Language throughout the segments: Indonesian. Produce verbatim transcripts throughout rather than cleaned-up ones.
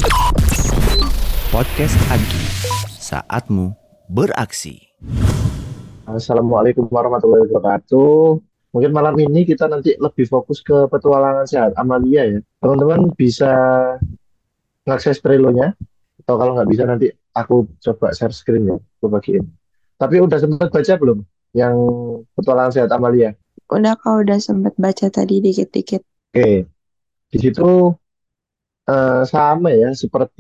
Podcast Agi, saatmu beraksi. Assalamualaikum warahmatullahi wabarakatuh. Mungkin malam ini kita nanti lebih fokus ke petualangan sehat Amalia ya. Teman-teman bisa ngakses Trello-nya, atau kalau nggak bisa nanti aku coba share screen ya, aku bagiin. Tapi udah sempat baca belum yang petualangan sehat Amalia? Udah kau udah sempet baca tadi dikit-dikit. Oke, di situ eh, sama ya seperti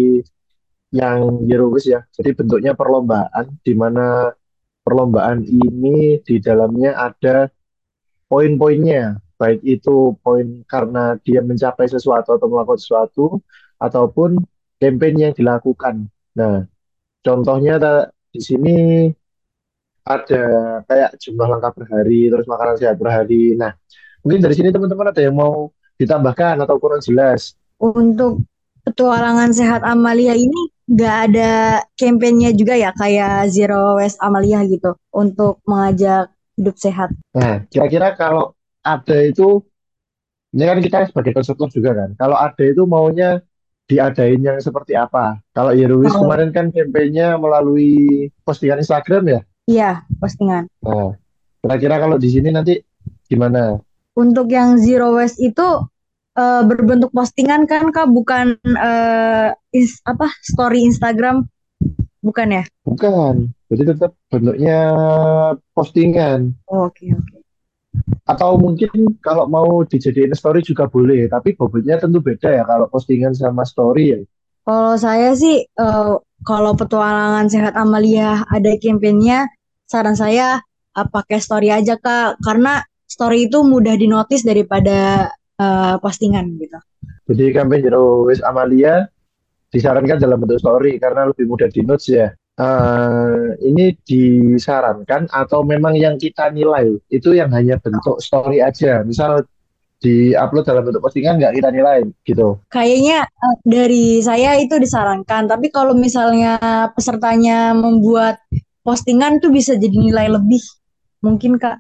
yang Yeruwis ya. Jadi bentuknya perlombaan, di mana perlombaan ini di dalamnya ada poin-poinnya, baik itu poin karena dia mencapai sesuatu atau melakukan sesuatu, ataupun campaign yang dilakukan. Nah, contohnya ta- di sini ada kayak jumlah langkah per hari, terus makanan sehat per hari. Nah, mungkin dari sini teman-teman ada yang mau ditambahkan atau kurang jelas? Untuk petualangan sehat Amalia ini nggak ada kampanyenya juga ya kayak Zero Waste Amalia gitu untuk mengajak hidup sehat. Nah, kira-kira kalau ada itu, ini kan kita sebagai konsultan juga kan, kalau ada itu maunya diadain yang seperti apa? Kalau Yeruwis Kalau kemarin kan kampanyenya melalui postingan Instagram ya. iya postingan. Nah, kira-kira kalau di sini nanti gimana? Untuk yang Zero Waste itu eh, berbentuk postingan kan Kak, bukan eh, is, apa story Instagram, bukan ya? Bukan, jadi tetap bentuknya postingan. Oh, oke oke. Atau mungkin kalau mau dijadiin story juga boleh, tapi bobotnya tentu beda ya kalau postingan sama story ya. Kalau saya sih eh, kalau petualangan sehat Amalia ada kampanyenya, saran saya eh, pakai story aja Kak, karena story itu mudah dinotis daripada eh, postingan gitu. Jadi campaign Zero Waste Amalia disarankan dalam bentuk story karena lebih mudah di notes ya. Eh, ini disarankan atau memang yang kita nilai itu yang hanya bentuk story aja. Misal di-upload dalam bentuk postingan nggak kita nilai gitu. Kayaknya eh, dari saya itu disarankan, tapi kalau misalnya pesertanya membuat postingan tuh bisa jadi nilai lebih, mungkin Kak.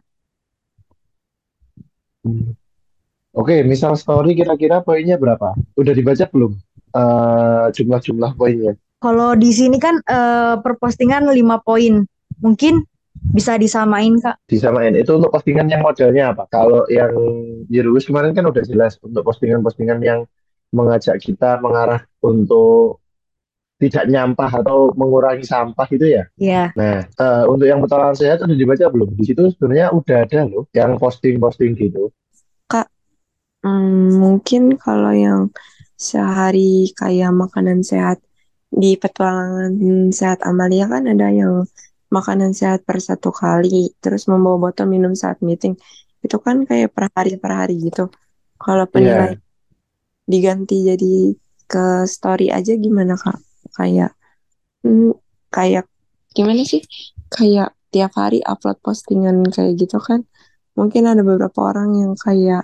Hmm. Oke, misal story kira-kira poinnya berapa? Udah dibaca belum? Eh, jumlah-jumlah poinnya. Kalau di sini kan eh, per postingan lima poin, mungkin bisa disamain Kak. Disamain. Itu untuk postingan yang modelnya apa? Kalau yang Yeruwis kemarin kan udah jelas untuk postingan-postingan yang mengajak kita mengarah untuk tidak nyampah atau mengurangi sampah itu ya. Ya. Nah, eh, untuk yang petualangan sehat udah dibaca belum? Di situ sebenarnya udah ada loh yang posting-posting gitu. Kak, hmm, mungkin kalau yang sehari kayak makanan sehat di petualangan sehat Amalia kan ada yang makanan sehat per satu kali, terus membawa botol minum saat meeting. Itu kan kayak per hari per hari gitu. Kalau penilaian Iya. diganti jadi ke story aja gimana Kak? Kayak hmm, kayak gimana sih? Kayak tiap hari upload postingan kayak gitu kan? Mungkin ada beberapa orang yang kayak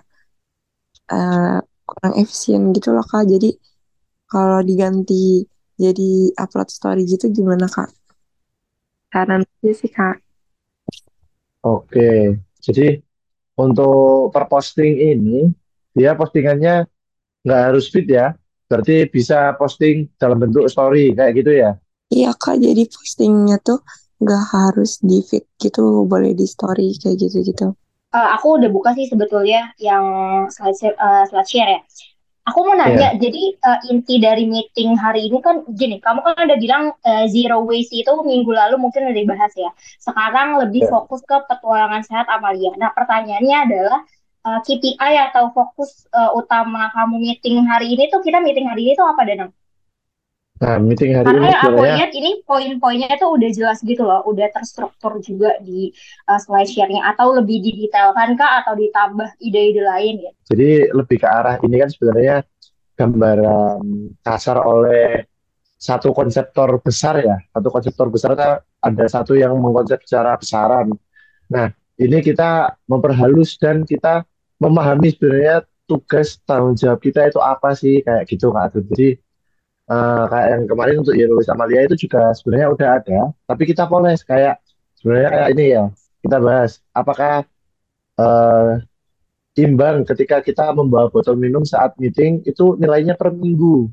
eh, kurang efisien gitu loh Kak. Jadi kalau diganti jadi upload story gitu gimana Kak? Saran aja sih Kak. Oke. Jadi untuk per posting ini dia postingannya nggak harus fit ya. Berarti bisa posting dalam bentuk story kayak gitu ya. Iya Kak, jadi postingnya tuh nggak harus di feed gitu, boleh di story kayak gitu-gitu. Eh, aku udah buka sih sebetulnya yang slide, share- eh, slide share ya. Aku mau nanya, Ya. jadi eh, inti dari meeting hari ini kan gini, kamu kan udah bilang eh, zero waste itu minggu lalu mungkin udah dibahas ya. Sekarang lebih Ya. fokus ke petualangan sehat Amalia. Nah, pertanyaannya adalah eh, K P I atau fokus eh, utama kamu meeting hari ini tuh kita meeting hari ini tuh apa, Danang? Nah, meeting hari Karena ini yang aku sebenarnya lihat ini poin-poinnya tuh udah jelas gitu loh, udah terstruktur juga di uh, slide share-nya atau lebih didetailkan kah atau ditambah ide-ide lain ya? jadi lebih ke arah ini kan sebenarnya gambaran kasar oleh satu konseptor besar ya. Satu konseptor besar kan ada satu yang mengkonsep secara besaran. Nah, ini kita memperhalus dan kita memahami sebenarnya tugas tanggung jawab kita itu apa sih kayak gitu Kak Adun. Jadi eh, kayak yang kemarin untuk Yerusalem Amalia itu juga sebenarnya udah ada, tapi kita poles kayak sebenarnya kayak ini ya. Kita bahas apakah eh, imbang ketika kita membawa botol minum saat meeting itu nilainya per minggu.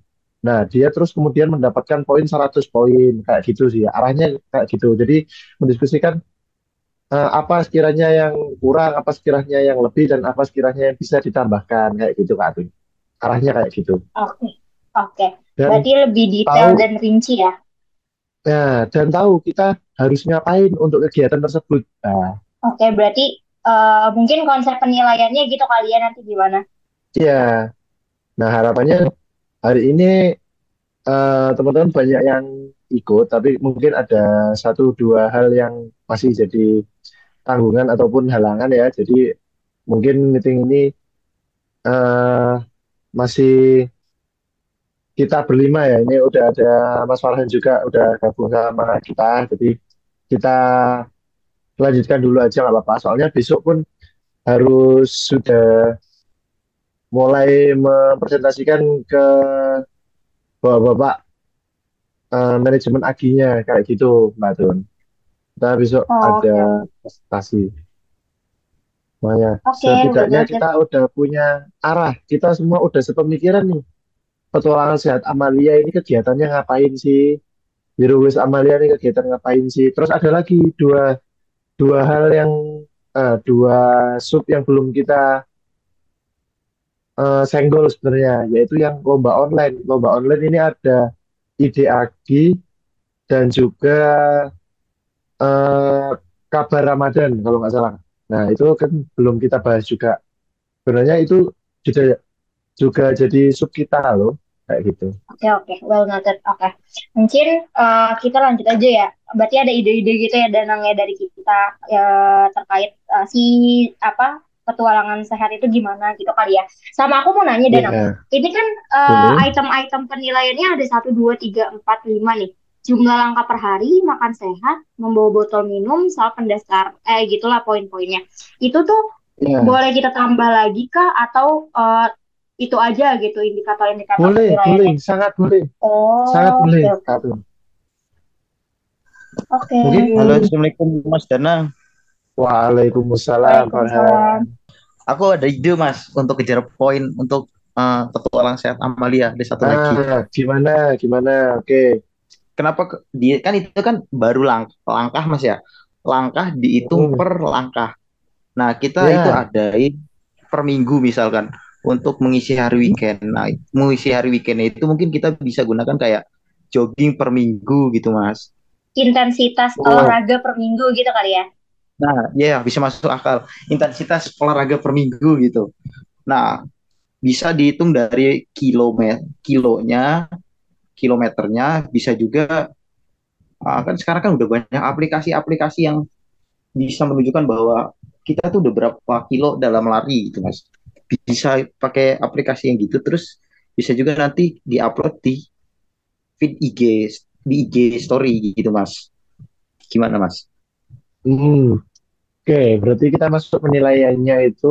Nah, dia terus kemudian mendapatkan poin seratus poin kayak gitu sih. Arahnya kayak gitu. Jadi mendiskusikan eh, apa sekiranya yang kurang, apa sekiranya yang lebih dan apa sekiranya yang bisa ditambahkan kayak gitu Kak Atun. Arahnya kayak gitu. Oke, oke. Dan Berarti lebih detail tahu dan rinci ya. ya dan tahu kita harus ngapain untuk kegiatan tersebut. Nah, Oke, berarti eh, mungkin konsep penilaiannya gitu kali ya nanti gimana? ya. Nah, harapannya hari ini eh, teman-teman banyak yang ikut, tapi mungkin ada satu dua hal yang masih jadi tanggungan ataupun halangan ya. Jadi mungkin meeting ini eh, masih kita berlima ya. Ini udah ada Mas Farhan juga udah gabung sama kita. Jadi kita lanjutkan dulu aja nggak apa-apa. Soalnya besok pun harus sudah mulai mempresentasikan ke bapak-bapak eh, manajemen aginya kayak gitu, Mbak Tun. Kita besok ada Oke, presentasi. Makanya oke, setidaknya berarti kita udah punya arah. Kita semua udah sepemikiran nih. Petualangan Sehat Amalia ini kegiatannya ngapain sih? Heroes Amalia ini kegiatan ngapain sih? Terus ada lagi dua dua hal yang eh, dua sub yang belum kita eh, senggol sebenarnya, yaitu yang lomba online. Lomba online ini ada I D A G I dan juga eh, kabar Ramadan kalau nggak salah. Nah itu kan belum kita bahas juga. Sebenarnya itu juga juga jadi sub kita loh kayak gitu. oke, oke, well noted. Oke, mungkin eh, kita lanjut aja ya. Berarti ada ide-ide gitu ya Danang ya dari kita ya, terkait eh, si apa petualangan sehat itu gimana gitu kali ya. Sama aku mau nanya Danang, Ya, ini kan eh, boleh. item-item penilaiannya ada satu, dua, tiga, empat, lima nih. Jumlah langkah per hari, makan sehat, membawa botol minum, soal pendasar, eh gitulah poin-poinnya. Itu tuh Ya, boleh kita tambah lagi kah atau eh, itu aja gitu indikator-indikator boleh, boleh, penilaiannya? sangat boleh, sangat Oh, boleh. oke, oke. Satu. Oke. Mungkin, Halo, Assalamualaikum Mas Dana. waalaikumsalam, Waalaikumsalam. Farhan. Aku ada ide Mas untuk kejar poin untuk eh, petualang sehat Amalia. Ada satu lagi. Ah, gimana, gimana? Oke. Kenapa ke- dia kan itu kan baru lang- langkah Mas ya. Langkah dihitung Hmm, per langkah. Nah, kita itu ya, adain per minggu misalkan untuk mengisi hari weekend. Nah, mengisi hari weekend itu mungkin kita bisa gunakan kayak jogging per minggu gitu Mas. Intensitas oh, olahraga per minggu gitu kali ya. Nah, ya bisa masuk akal. Intensitas olahraga per minggu gitu. Nah, bisa dihitung dari kilometer, kilonya, kilometernya, bisa juga ah, kan sekarang kan udah banyak aplikasi-aplikasi yang bisa menunjukkan bahwa kita tuh udah berapa kilo dalam lari gitu mas. Bisa pakai aplikasi yang gitu, terus bisa juga nanti diupload di feed I G, di I G story gitu mas. Gimana mas? hmm, oke. Berarti kita masuk penilaiannya itu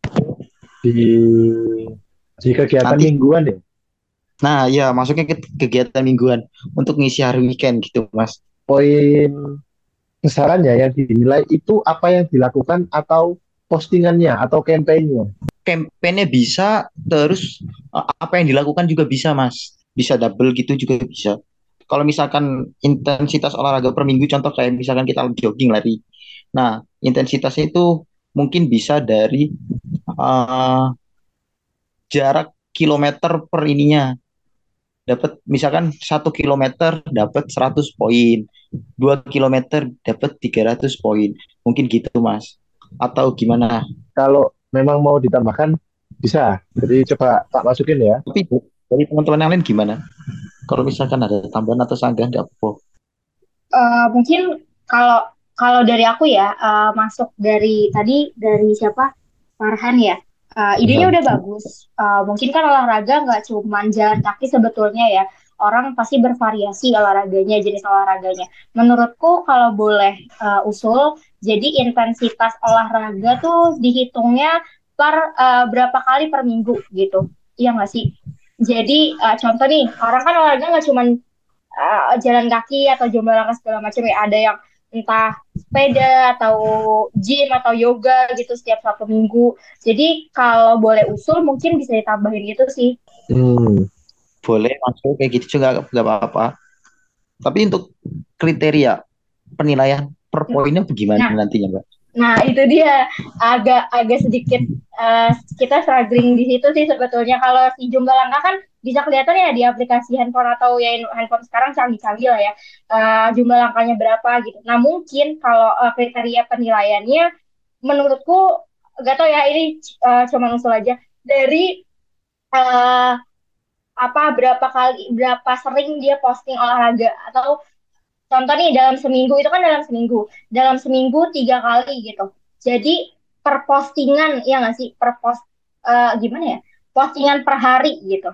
di di kegiatan Nanti, mingguan ya. nah ya masuknya ke kegiatan mingguan untuk ngisi hari weekend gitu mas. Poin besarannya yang dinilai itu apa yang dilakukan atau postingannya atau kampanyenya. Campaign-nya bisa, terus eh, apa yang dilakukan juga bisa, Mas. Bisa double gitu juga bisa. Kalau misalkan intensitas olahraga per minggu, contoh kayak misalkan kita jogging lari. Nah, intensitasnya itu mungkin bisa dari eh, jarak kilometer per ininya. Dapat misalkan satu kilometer dapat seratus poin, dua kilometer dapat tiga ratus poin. Mungkin gitu, Mas. Atau gimana? Kalau memang mau ditambahkan bisa. Jadi coba tak masukin ya. Tapi dari teman-teman yang lain gimana? Kalau misalkan ada tambahan atau sanggahan nggak apa. Eh, mungkin kalau kalau dari aku ya eh, masuk dari tadi dari siapa Farhan ya. Eh, idenya Nah, udah bagus. Eh, mungkin kan olahraga nggak cuman jalan kaki sebetulnya ya. Orang pasti bervariasi olahraganya, jenis olahraganya. Menurutku kalau boleh eh, usul, jadi intensitas olahraga tuh dihitungnya per eh, berapa kali per minggu gitu. Iya nggak sih? Jadi eh, contoh nih, orang kan olahraga nggak cuman uh, jalan kaki atau jumlah langkah segala macam ya. Ada yang entah sepeda atau gym atau yoga gitu setiap satu minggu. Jadi kalau boleh usul mungkin bisa ditambahin gitu sih. hmm, boleh masuk kayak gitu juga nggak apa-apa. Tapi untuk kriteria penilaian per poinnya bagaimana Nah, nantinya, Mbak? Nah, itu dia agak agak sedikit eh, kita struggling di situ sih sebetulnya. Kalau si jumlah langkah kan bisa kelihatan ya di aplikasi handphone atau ya handphone sekarang canggih-canggih lah ya. Eh, jumlah langkahnya berapa gitu. Nah, mungkin kalau eh, kriteria penilaiannya menurutku gak tau ya ini eh, cuma usul aja dari eh, apa berapa kali berapa sering dia posting olahraga atau contoh nih dalam seminggu itu kan dalam seminggu dalam seminggu tiga kali gitu jadi per postingan ya nggak sih per post eh, gimana ya postingan per hari gitu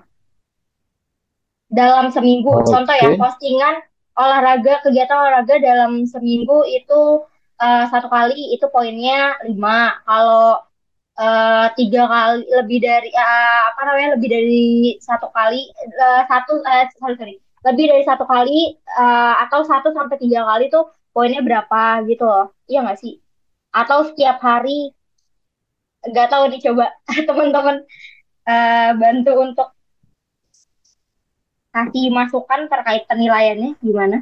dalam seminggu contoh ya Oke. postingan olahraga kegiatan olahraga dalam seminggu itu eh, satu kali itu poinnya lima kalau eh, tiga kali lebih dari eh, apa namanya lebih dari satu kali eh, satu eh, sorry sorry lebih dari satu kali eh, atau satu sampai tiga kali tuh poinnya berapa gitu loh iya nggak sih atau setiap hari nggak tahu nih coba teman-teman eh, bantu untuk kasih masukan terkait penilaiannya gimana.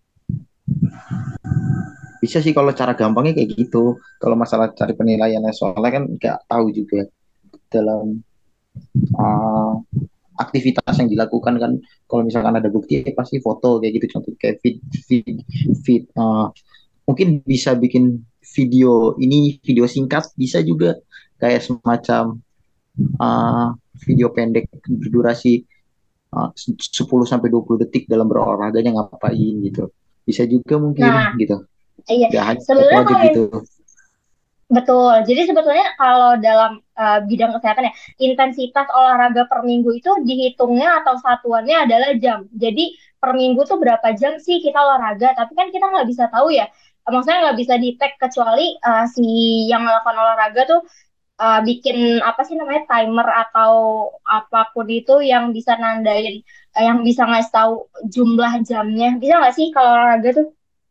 Bisa sih kalau cara gampangnya kayak gitu. Kalau masalah cari penilaiannya soalnya kan nggak tahu juga dalam uh, aktivitas yang dilakukan kan. Kalau misalkan ada bukti ya pasti foto kayak gitu contoh kayak feed feed feed uh, mungkin bisa bikin video ini video singkat bisa juga kayak semacam uh, video pendek berdurasi uh, sepuluh sampai dua puluh detik dalam berolahraganya ngapain gitu. Bisa juga mungkin Nah, gitu. iya Gak hanya foto sebenarnya aja kalau gitu. betul. Jadi sebetulnya kalau dalam uh, bidang kesehatan ya, intensitas olahraga per minggu itu dihitungnya atau satuannya adalah jam. Jadi per minggu tuh berapa jam sih kita olahraga? Tapi kan kita nggak bisa tahu ya. Maksudnya nggak bisa di-tag kecuali uh, si yang melakukan olahraga tuh uh, bikin apa sih namanya timer atau apapun itu yang bisa nandain, uh, yang bisa ngasih tahu jumlah jamnya. Bisa nggak sih kalau olahraga tuh?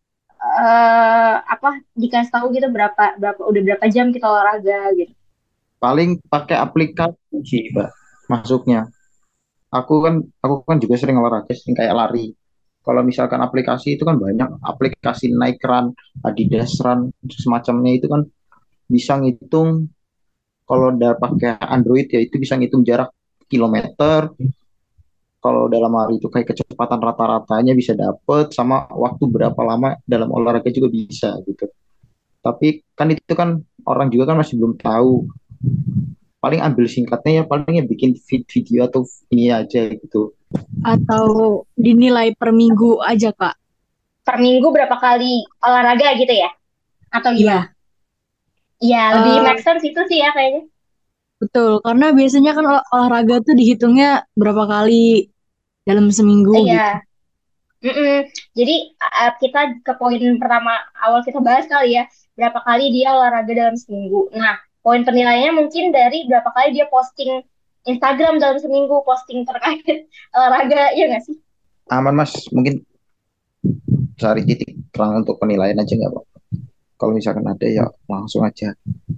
eh apa dikasih tahu gitu berapa berapa udah berapa jam kita olahraga gitu. Paling pakai aplikasi sih, Mbak, masuknya. Aku kan aku kan juga sering olahraga, sering kayak lari. Kalau misalkan aplikasi itu kan banyak aplikasi Nike Run, Adidas Run, semacamnya itu kan bisa ngitung kalau udah pakai Android ya itu bisa ngitung jarak kilometer. Kalau dalam hari itu kayak kecepatan rata-ratanya bisa dapet sama waktu berapa lama dalam olahraga juga bisa gitu. Tapi kan itu kan orang juga kan masih belum tahu paling ambil singkatnya ya paling ya bikin vid- video atau ini aja gitu. Atau dinilai per minggu aja, Kak? Per minggu berapa kali olahraga gitu ya? Atau gimana? Iya, Iya, lebih eh, make sense itu sih ya kayaknya. betul. Karena biasanya kan olah- olahraga tuh dihitungnya berapa kali dalam seminggu gitu. Iya. Mm-mm. Jadi uh, kita ke poin pertama awal kita bahas kali ya, berapa kali dia olahraga dalam seminggu. Nah, poin penilaiannya mungkin dari berapa kali dia posting Instagram dalam seminggu, posting terkait olahraga, ya nggak sih? Aman Mas, mungkin cari titik terang untuk penilaian aja nggak Pak? Kalau misalkan ada ya langsung aja.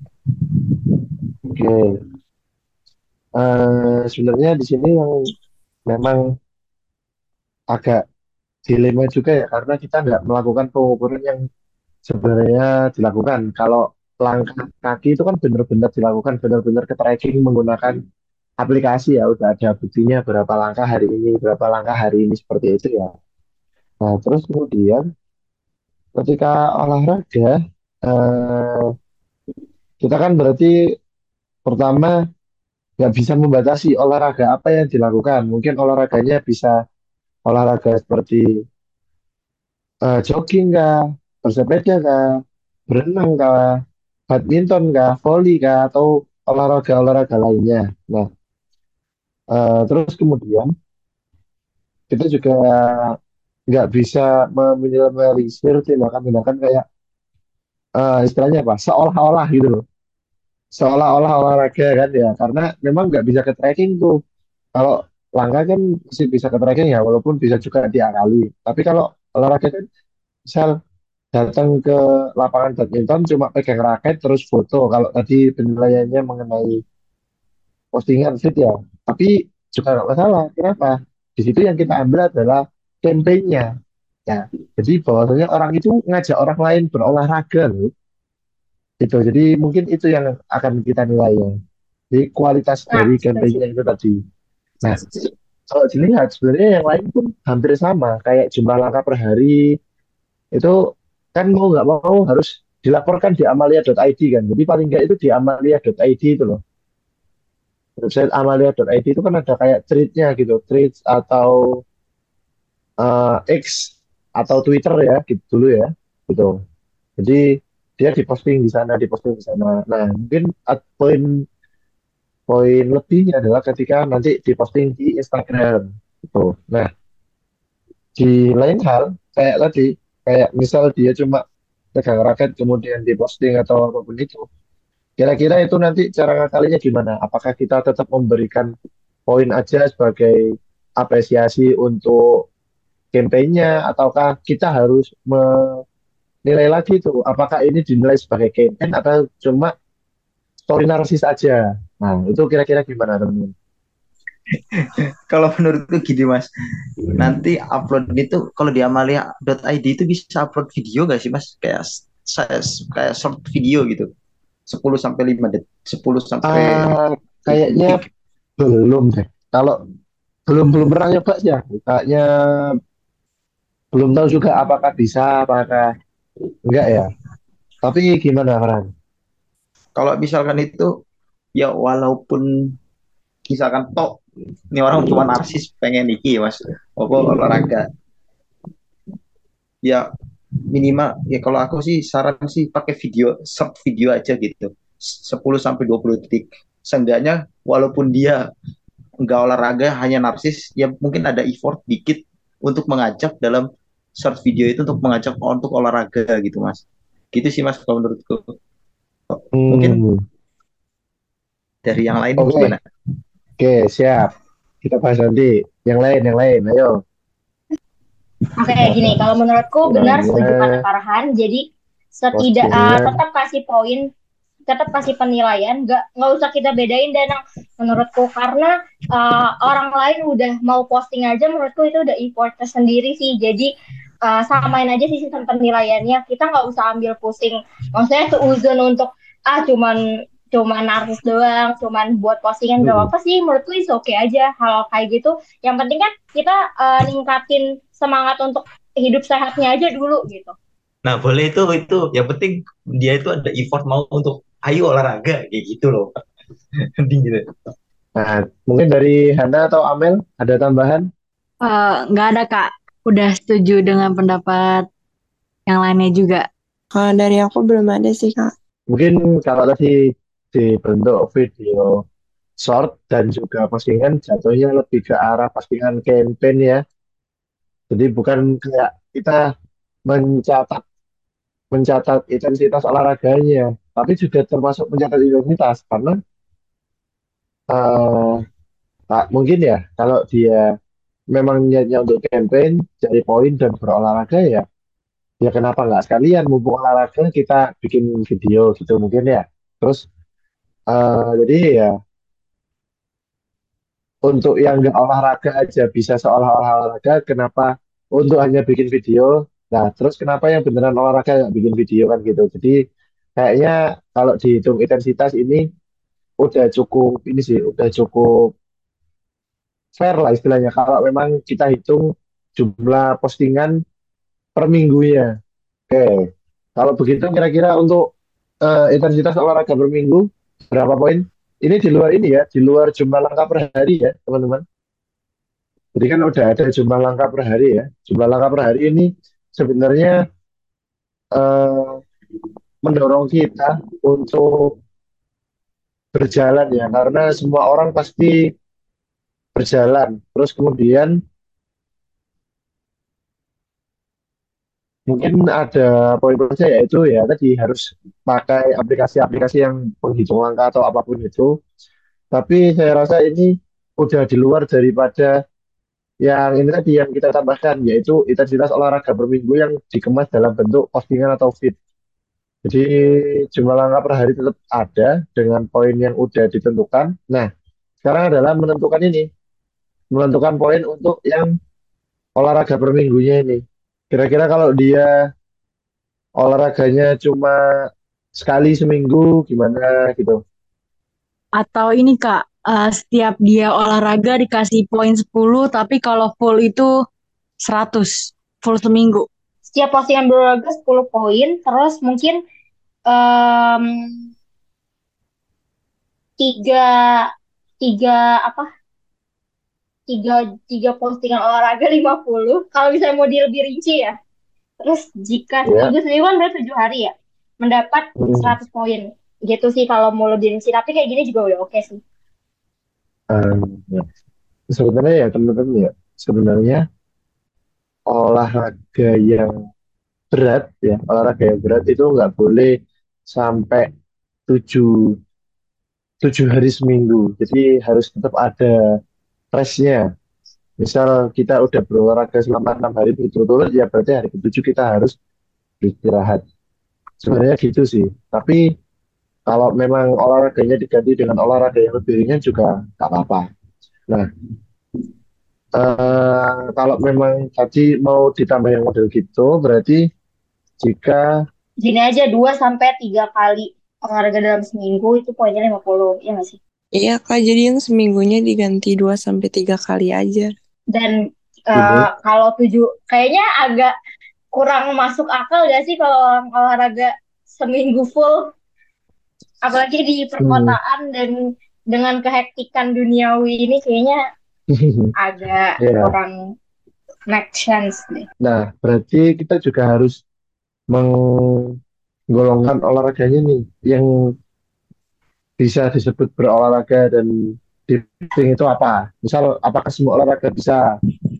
Oke. Eh, sebenarnya di sini yang memang agak dilema juga ya karena kita nggak melakukan pengukuran yang sebenarnya dilakukan. Kalau langkah kaki itu kan benar-benar dilakukan, benar-benar ke tracking menggunakan aplikasi ya, udah ada buktinya berapa langkah hari ini, berapa langkah hari ini seperti itu ya. Nah, terus kemudian ketika olahraga, eh, kita kan berarti pertama nggak bisa membatasi olahraga apa yang dilakukan. Mungkin olahraganya bisa olahraga seperti eh, jogging kah, bersepeda kah, berenang kah, badminton kah, voli kah, atau olahraga-olahraga lainnya. Nah, eh, terus kemudian kita juga nggak bisa meminimalisir tindakan-tindakan kayak eh, istilahnya apa, seolah-olah gitu loh. Seolah-olah olahraga kan ya, karena memang nggak bisa ke tracking tuh. Kalau langkah kan masih bisa ke tracking ya, walaupun bisa juga diakali. Tapi kalau olahraga kan misal datang ke lapangan badminton cuma pegang raket terus foto. Kalau tadi penilaiannya mengenai postingan fit ya, tapi juga nggak masalah. Kenapa? di situ yang kita ambil adalah campaign-nya. Ya, jadi bahwasanya orang itu ngajak orang lain berolahraga loh. Gitu. Jadi mungkin itu yang akan kita nilai ya. Jadi kualitas Nah, dari setuju. campaign-nya itu tadi. Nah, kalau dilihat sebenarnya yang lain pun hampir sama, kayak jumlah langkah per hari itu kan mau nggak mau harus dilaporkan di amalia titik i d kan. Jadi paling nggak itu di amalia titik i d itu loh. Website amalia titik i d itu kan ada kayak tweet-nya gitu, tweets atau eh, X atau Twitter ya, gitu dulu ya, gitu. Jadi dia diposting di sana, diposting di sana. Nah, mungkin at- poin poin lebihnya adalah ketika nanti diposting di Instagram, gitu. Nah, di lain hal kayak tadi, kayak misal dia cuma pegang raket kemudian diposting atau apapun itu, kira-kira itu nanti cara ngakalinya gimana? Apakah kita tetap memberikan poin aja sebagai apresiasi untuk campaign-nya, ataukah kita harus menilai lagi tuh apakah ini dinilai sebagai campaign atau cuma story narsis aja? Nah, itu kira-kira gimana teman-teman? Kalau menurutku gini mas, nanti upload itu kalau di amalia titik i d itu bisa upload video gak sih mas? Kayak saya kayak short video gitu, sepuluh sampai lima detik, sepuluh sampai Ah, lima kayaknya detik. belum deh. Kalau belum belum pernah nyoba sih ya. Kayaknya belum tahu juga apakah bisa, apakah enggak ya. Tapi gimana, Farhan? Kalau misalkan itu ya walaupun misalkan tok ini orang cuma narsis pengen iki mas, apa olahraga ya minimal ya kalau aku sih saran sih pakai video short video aja gitu sepuluh sampai dua puluh detik seenggaknya walaupun dia enggak olahraga hanya narsis ya mungkin ada effort dikit untuk mengajak dalam short video itu untuk mengajak untuk olahraga gitu mas gitu sih mas kalau menurutku mungkin Hmm, dari yang lain oke, gimana. oke, siap. Kita bahas nanti. Yang lain, yang lain, ayo. Oke, gini, kalau menurutku benar setuju kata Kiranya Farhan. Jadi setidak eh, postingan. tetap kasih poin, tetap kasih penilaian, nggak nggak usah kita bedain dan menurutku karena eh, orang lain udah mau posting aja, menurutku itu udah effort tersendiri sih. Jadi eh, samain aja sih sistem penilaiannya. Kita nggak usah ambil pusing. Maksudnya seuzon untuk ah cuman cuman narsis doang, cuman buat postingan gak Hmm. apa-apa sih. Menurutku is oke aja hal kayak gitu. Yang penting kan kita eh, ningkatin semangat untuk hidup sehatnya aja dulu gitu. Nah, boleh itu itu. Yang penting dia itu ada effort mau untuk ayo olahraga kayak gitu loh. Penting gitu. Nah, mungkin dari Hana atau Amel ada tambahan? Eh, nggak ada Kak. Udah setuju dengan pendapat yang lainnya juga. Kalau dari aku belum ada sih, Kak. Mungkin kalau tadi dibentuk video short dan juga postingan jatuhnya lebih ke arah postingan campaign ya. Jadi bukan kayak kita mencatat mencatat intensitas olahraganya, tapi juga termasuk mencatat intensitas karena eh, tak mungkin ya kalau dia memang niatnya untuk campaign, cari poin dan berolahraga ya, ya kenapa nggak sekalian mumpung olahraga kita bikin video gitu mungkin ya. Terus eh, jadi ya untuk yang nggak olahraga aja bisa seolah-olah olahraga, kenapa untuk hanya bikin video? Nah, terus kenapa yang beneran olahraga nggak bikin video kan gitu? Jadi kayaknya kalau dihitung intensitas ini udah cukup ini sih, udah cukup fair lah istilahnya. Kalau memang kita hitung jumlah postingan per minggunya. Oke, kalau begitu kira-kira untuk eh, intensitas olahraga per minggu berapa poin? Ini di luar ini ya, di luar jumlah langkah per hari ya, teman-teman. Jadi kan udah ada jumlah langkah per hari ya. Jumlah langkah per hari ini sebenarnya eh, mendorong kita untuk berjalan ya, karena semua orang pasti berjalan. Terus kemudian mungkin ada poin-poin saya yaitu ya tadi harus pakai aplikasi-aplikasi yang penghitung langkah atau apapun itu. Tapi saya rasa ini udah di luar daripada yang ini tadi yang kita tambahkan yaitu intensitas olahraga per minggu yang dikemas dalam bentuk postingan atau feed. Jadi jumlah langkah per hari tetap ada dengan poin yang udah ditentukan. Nah, sekarang adalah menentukan ini. menentukan poin untuk yang olahraga per minggunya ini. Kira-kira kalau dia olahraganya cuma sekali seminggu gimana gitu. Atau ini Kak, eh, setiap dia olahraga dikasih poin sepuluh, tapi kalau full itu seratus, full seminggu. Setiap postingan berolahraga sepuluh poin, terus mungkin em, tiga tiga apa tiga tiga postingan olahraga lima puluh, kalau misalnya mau di lebih rinci ya. Terus jika Ya. seminggu seminggu kan berarti tujuh hari ya, mendapat Hmm. seratus poin gitu sih kalau mau lebih rinci, tapi kayak gini juga udah oke sih. Um, ya. Sebenarnya ya teman-teman ya, sebenarnya olahraga yang berat ya, olahraga yang berat itu nggak boleh sampai tujuh tujuh hari seminggu. Jadi harus tetap ada restnya. Misal kita udah berolahraga selama enam hari berturut-turut, ya berarti hari ketujuh kita harus istirahat. Sebenarnya gitu sih. Tapi kalau memang olahraganya diganti dengan olahraga yang lebih ringan juga nggak apa-apa. Nah, eh, kalau memang tadi mau ditambah yang model gitu, berarti jika Gini aja, dua sampai tiga kali olahraga dalam seminggu itu poinnya lima puluh, ya nggak sih? Iya Kak, jadi yang seminggunya diganti dua sampai tiga kali aja. Dan eh, ini, kalau tujuh, kayaknya agak kurang masuk akal gak sih kalau orang olahraga seminggu full, apalagi di hmm, perkotaan dan dengan kehektikan duniawi ini, kayaknya agak ya, kurang make sense deh. nah berarti kita juga harus menggolongkan olahraganya nih, yang bisa disebut berolahraga dan lifting itu apa? Misal, apakah semua olahraga bisa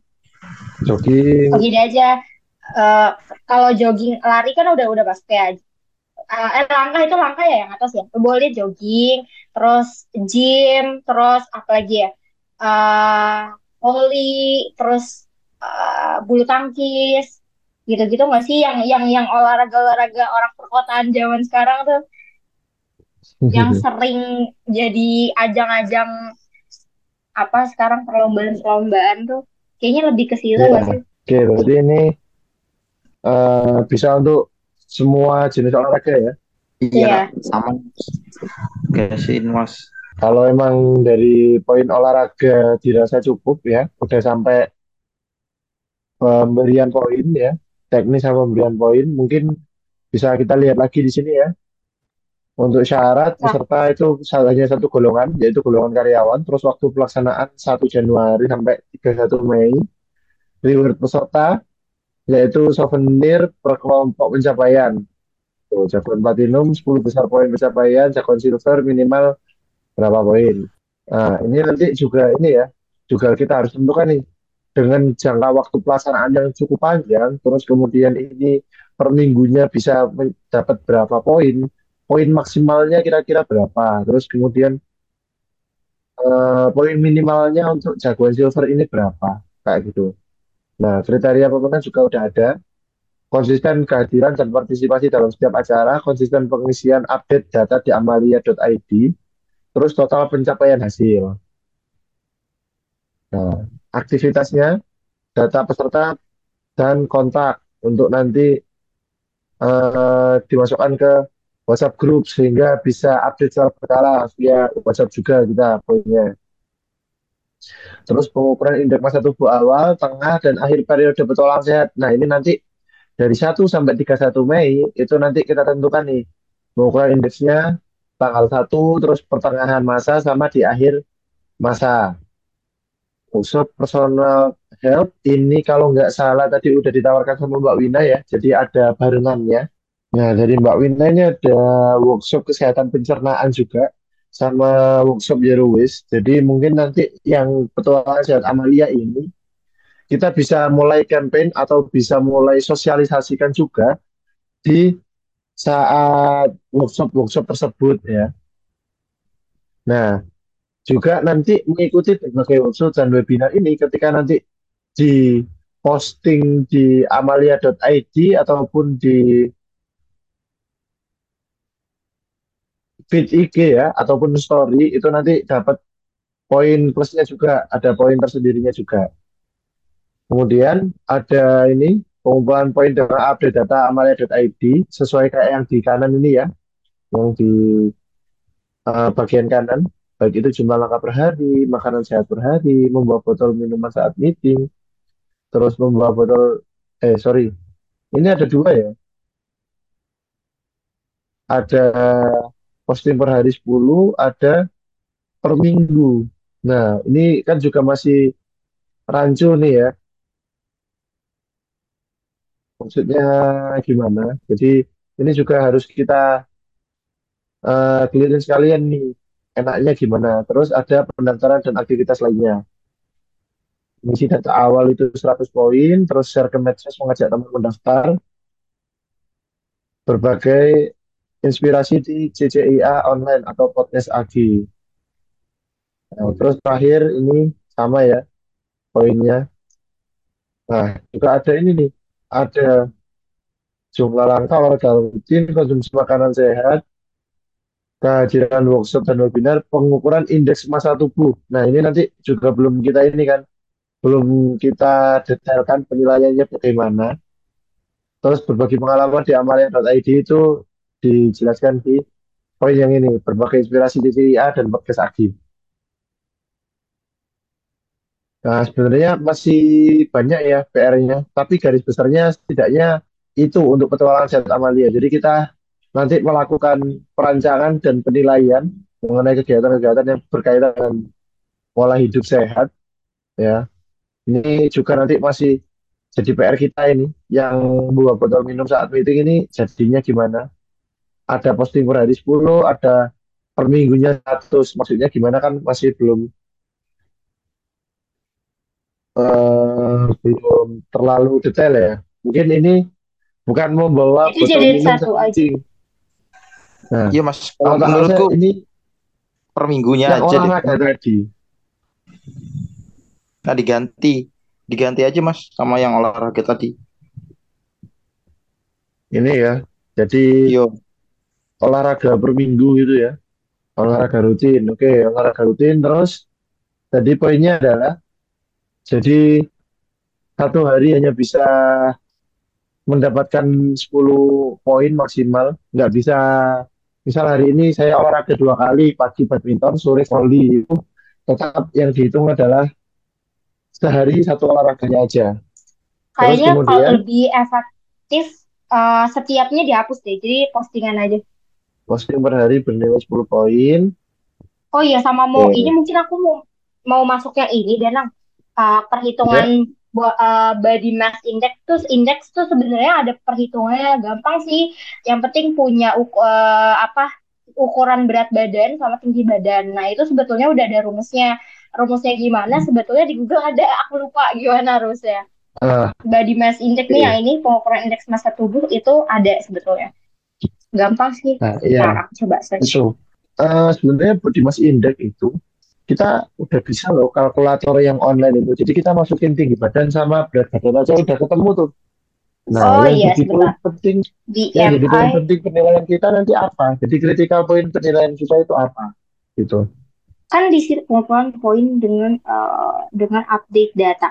Oh, jogging? gini aja, eh, kalau jogging lari kan udah udah pasti ya. Eh, eh, langkah itu langkah ya yang atas ya. Boleh jogging, terus gym, terus apa lagi ya? Eh volley, terus eh, bulu tangkis, gitu-gitu nggak sih? Yang yang yang olahraga-olahraga orang perkotaan zaman sekarang tuh, yang sering jadi ajang-ajang apa sekarang, perlombaan-perlombaan tuh, kayaknya lebih ke situ Iya, nggak sih? oke, berarti ini eh, bisa untuk semua jenis olahraga ya. Iya Kak, Iya. sama gasin Mas. Kalau emang dari poin olahraga dirasa cukup ya, udah sampai pemberian poin ya, teknis sama pemberian poin, mungkin bisa kita lihat lagi di sini ya. Untuk syarat Nah, peserta itu hanya satu golongan, yaitu golongan karyawan. Terus waktu pelaksanaan satu Januari sampai tiga puluh satu Mei. Reward peserta yaitu souvenir per kelompok pencapaian. Tuh, jagoan platinum sepuluh besar poin pencapaian, jagoan silver minimal berapa poin. Nah, ini nanti juga ini ya, juga kita harus tentukan nih dengan jangka waktu pelaksanaan yang cukup panjang, terus kemudian ini per minggunya bisa men- dapat berapa poin, poin maksimalnya kira-kira berapa, terus kemudian eh, poin minimalnya untuk jagoan silver ini berapa, kayak gitu. Nah, kriteria pemenang juga udah ada. Konsisten kehadiran dan partisipasi dalam setiap acara, konsisten pengisian update data di amalia titik i d, terus total pencapaian hasil. Nah, aktivitasnya, data peserta, dan kontak untuk nanti eh, dimasukkan ke WhatsApp group sehingga bisa update secara berkala via WhatsApp juga kita poinnya. Terus pengukuran indeks massa tubuh awal, tengah, dan akhir periode petualang sehat. Nah, ini nanti dari satu sampai tiga puluh satu Mei itu nanti kita tentukan nih pengukuran indeksnya tanggal satu, terus pertengahan masa sama di akhir masa. Usul personal health ini kalau nggak salah tadi udah ditawarkan sama Mbak Wina ya, jadi ada barengannya. Nah, dari Mbak Wina ini ada workshop kesehatan pencernaan juga sama workshop zero waste. Jadi mungkin nanti yang petualangan sehat Amalia ini kita bisa mulai campaign atau bisa mulai sosialisasikan juga di saat workshop-workshop tersebut ya. Nah, juga nanti mengikuti berbagai workshop dan webinar ini ketika nanti di posting di amalia titik i d ataupun di feed I G ya ataupun story itu nanti dapat poin plusnya juga, ada poin tersendirinya juga. Kemudian ada ini pengumpulan poin dengan update data amalia.id sesuai kayak yang di kanan ini ya, yang di eh, bagian kanan, baik itu jumlah langkah per hari, makanan sehat per hari, membawa botol minuman saat meeting, terus membawa botol, eh sorry, ini ada dua ya, ada posting per hari sepuluh, ada per minggu. Nah, ini kan juga masih rancu nih ya, maksudnya gimana? Jadi ini juga harus kita eh clearin sekalian nih, enaknya gimana. Terus ada pendaftaran dan aktivitas lainnya. Misi data awal itu seratus poin, terus share ke medsos mengajak teman mendaftar, berbagai inspirasi di C C I A online atau podcast A G. Nah, terus terakhir ini sama ya poinnya. Nah, juga ada ini nih, ada jumlah langkah olahraga rutin, konsumsi makanan sehat, kehadiran workshop dan webinar, pengukuran indeks massa tubuh. Nah, ini nanti juga belum kita ini kan, belum kita detailkan penilaiannya bagaimana. Terus berbagi pengalaman di amalia.id itu dijelaskan di poin yang ini, berbagai inspirasi D C I A dan podcast Agi. Nah, sebenarnya masih banyak ya P R-nya, tapi garis besarnya setidaknya itu untuk petualangan sehat Amalia. Jadi kita nanti melakukan perancangan dan penilaian mengenai kegiatan-kegiatan yang berkaitan dengan pola hidup sehat ya. Ini juga nanti masih jadi P R kita ini yang buat botol minum saat meeting ini jadinya gimana? Ada posting per hari sepuluh, ada per minggunya seratus. Maksudnya gimana kan masih belum eh, belum terlalu detail ya. Mungkin ini bukan membawa Itu botol jadi minum satu saat aja. meeting. Nah, Iya mas, kalau kalau tak rasa menurutku ini per minggunya yang aja deh. olahraga tadi. Nah diganti, diganti aja mas sama yang olahraga tadi. Ini ya. Jadi Yo, olahraga per minggu gitu ya. Olahraga rutin. Oke, olahraga rutin terus tadi poinnya adalah jadi satu hari hanya bisa mendapatkan sepuluh poin maksimal. Nggak bisa, misal hari ini saya olahraga dua kali, pagi badminton, sore volley, itu tetap yang dihitung adalah sehari satu olahraganya aja. Terus Kayaknya kalau kemudian lebih efektif eh, setiapnya dihapus deh. Jadi postingan aja. posting per hari bernilai sepuluh poin. Oh iya, sama mau ini Oke, mungkin aku mau mau masuk yang ini dan perhitungan ya. bu- eh, body mass index tuh index tuh sebenarnya ada perhitungannya gampang sih. Yang penting punya uk- eh, apa ukuran berat badan sama tinggi badan. Nah, itu sebetulnya udah ada rumusnya. Rumusnya gimana? Sebetulnya di Google ada, aku lupa gimana rumusnya. Ah, Body mass index nih yang oke. ini pengukuran indeks massa tubuh itu ada sebetulnya. Gampang sih. Nah, iya, Nah, aku coba search. itu. Eh, sebenarnya body mass index itu kita udah bisa loh kalkulator yang online itu. Jadi kita masukin tinggi badan sama berat badan aja udah ketemu tuh. Nah, Oh yang iya, jadi poin sebentar. penting, yang jadi poin B M I penting penilaian kita nanti apa? Jadi critical point penilaian kita itu apa? Gitu. kan di sini pengumpulan poin dengan eh, dengan update data.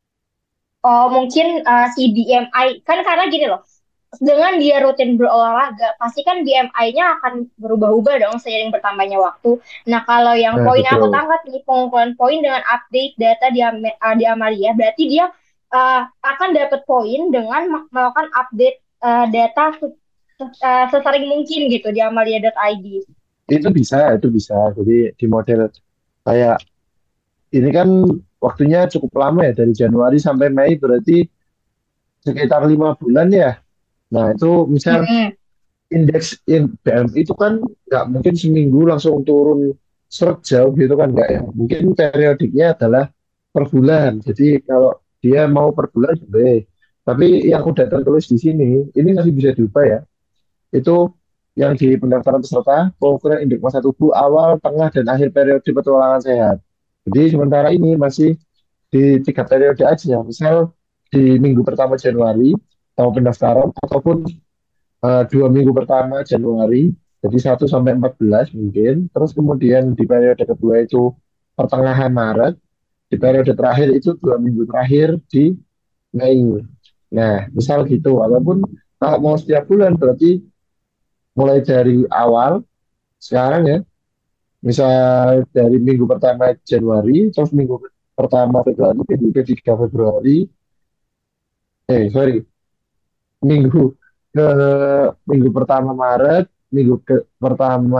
Oh, mungkin eh, si B M I kan karena gini loh. Dengan dia rutin berolahraga, pasti kan B M I-nya akan berubah-ubah dong seiring bertambahnya waktu. Nah, kalau yang Nah, poin yang aku betul. tangkap nih pengumpulan poin dengan update data di, Am- eh, di Amalia, berarti dia eh, akan dapat poin dengan ma- melakukan update eh, data se- se- eh, sesering mungkin gitu di amalia dot i d. Itu bisa, itu bisa. Jadi di model kayak ini kan waktunya cukup lama ya dari Januari sampai Mei berarti sekitar lima bulan ya. Nah, itu misal Mm-mm. indeks in B M I itu kan nggak mungkin seminggu langsung turun seret jauh gitu kan nggak ya. Mungkin periodiknya adalah per bulan. Jadi kalau dia mau per bulan boleh. Tapi yang udah tertulis di sini ini masih bisa diubah ya. Itu yang di pendaftaran peserta pengukuran indeks massa tubuh awal, tengah, dan akhir periode petualangan sehat. Jadi sementara ini masih di tiga periode aja. Misal di minggu pertama Januari tahun pendaftaran ataupun eh, dua minggu pertama Januari, jadi satu sampai empat belas mungkin. Terus kemudian di periode kedua itu pertengahan Maret, di periode terakhir itu dua minggu terakhir di Mei. Nah, misal gitu, walaupun kalau mau setiap bulan berarti mulai dari awal sekarang ya, misal dari minggu pertama Januari, terus minggu pertama Februari, minggu ketiga Februari, eh sorry, minggu ke minggu pertama Maret, minggu ke pertama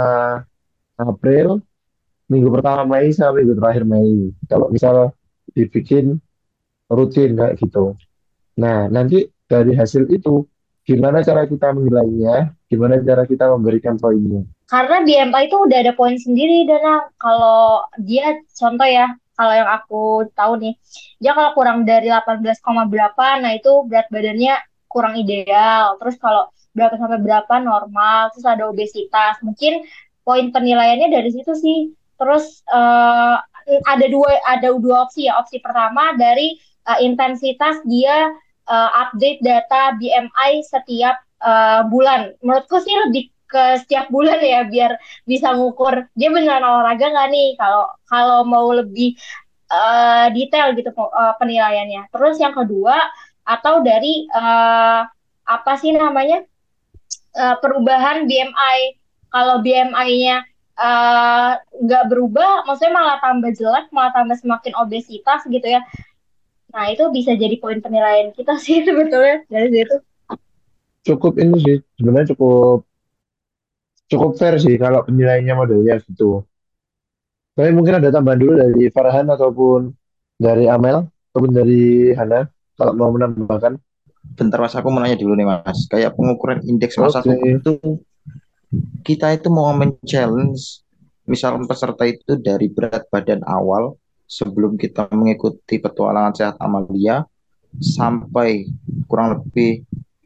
April, minggu pertama Mei sampai minggu terakhir Mei. Kalau misal dibikin rutin kayak gitu. Nah, nanti dari hasil itu, gimana cara kita menilainya, gimana cara kita memberikan poinnya. Karena B M I itu udah ada poin sendiri, Dana. Kalau dia, contoh ya, kalau yang aku tahu nih, dia kalau kurang dari delapan belas, koma berapa, nah itu berat badannya kurang ideal. Terus kalau berapa sampai berapa normal, terus ada obesitas. Mungkin poin penilaiannya dari situ sih. Terus eh, ada dua ada dua opsi ya. Opsi pertama dari eh, intensitas dia eh, update data B M I setiap eh, bulan. Menurutku sih lebih ke setiap bulan ya biar bisa ngukur dia beneran olahraga nggak nih kalau kalau mau lebih eh, detail gitu eh, penilaiannya. Terus yang kedua atau dari eh, apa sih namanya eh, perubahan B M I. Kalau B M I-nya eh, nggak berubah, maksudnya malah tambah jelek, malah tambah semakin obesitas gitu ya. Nah itu bisa jadi poin penilaian kita sih sebetulnya dari situ. Cukup ini sih, sebenarnya cukup cukup fair sih kalau penilaiannya modelnya gitu. Tapi mungkin ada tambahan dulu dari Farhan ataupun dari Amel ataupun dari Hana kalau mau menambahkan. Bentar mas, aku mau nanya dulu nih mas. Kayak pengukuran indeks massa Oke. tubuh itu kita itu mau men-challenge misalkan peserta itu dari berat badan awal sebelum kita mengikuti petualangan sehat Amalia sampai kurang lebih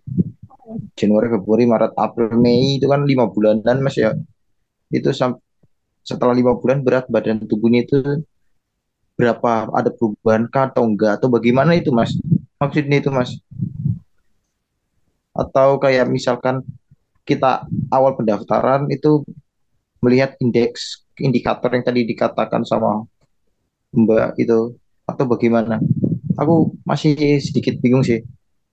Januari, Februari, Maret, April, Mei itu kan lima bulanan mas ya. Itu sam- setelah lima bulan berat badan tubuhnya itu berapa, ada perubahan kah atau enggak atau bagaimana itu mas? Maksudnya itu mas, atau kayak misalkan kita awal pendaftaran itu melihat indeks indikator yang tadi dikatakan sama Mbak itu atau bagaimana? Aku masih sedikit bingung sih.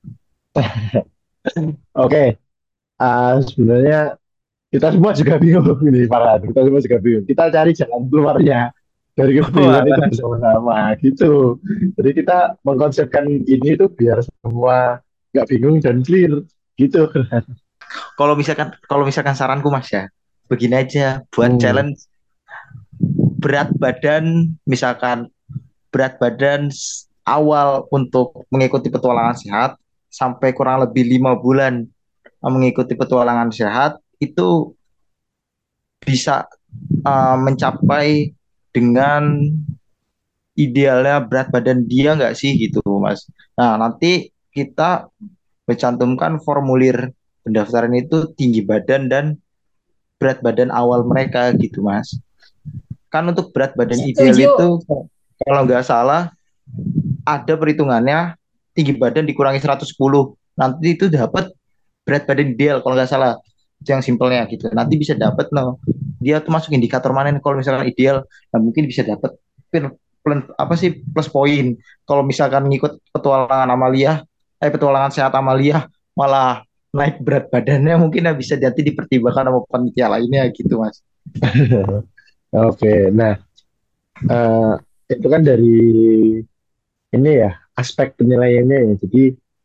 Oke. Ah, sebenarnya kita semua juga bingung ini Farhan. Kita semua juga bingung. Kita cari jalan keluarnya dari kebingungan itu Walah. bersama-sama gitu. Jadi kita mengkonsepkan ini tuh biar semua nggak bingung dan clear gitu. Kalau misalkan kalau misalkan saranku Mas ya, begini aja buat Hmm. challenge berat badan, misalkan berat badan s- awal untuk mengikuti petualangan sehat sampai kurang lebih lima bulan mengikuti petualangan sehat itu bisa uh, mencapai dengan idealnya berat badan dia nggak sih gitu Mas. Nah nanti kita mencantumkan formulir pendaftaran itu tinggi badan dan berat badan awal mereka gitu Mas. Kan untuk berat badan ideal Setuju. itu kalau nggak salah ada perhitungannya tinggi badan dikurangi seratus sepuluh. Nanti itu dapat berat badan ideal kalau nggak salah. Itu yang simpelnya gitu. Nanti bisa dapat no. Dia tuh masuk indikator mana nih kalau misalkan ideal. Nah, mungkin bisa dapat apa sih plus poin. Kalau misalkan ngikut petualangan Amalia, eh petualangan sehat Amalia malah naik berat badannya mungkin ya bisa nanti dipertimbangkan sama panitia lainnya gitu mas. Oke. Nah, eh, itu kan dari ini ya aspek penilaiannya ya. Jadi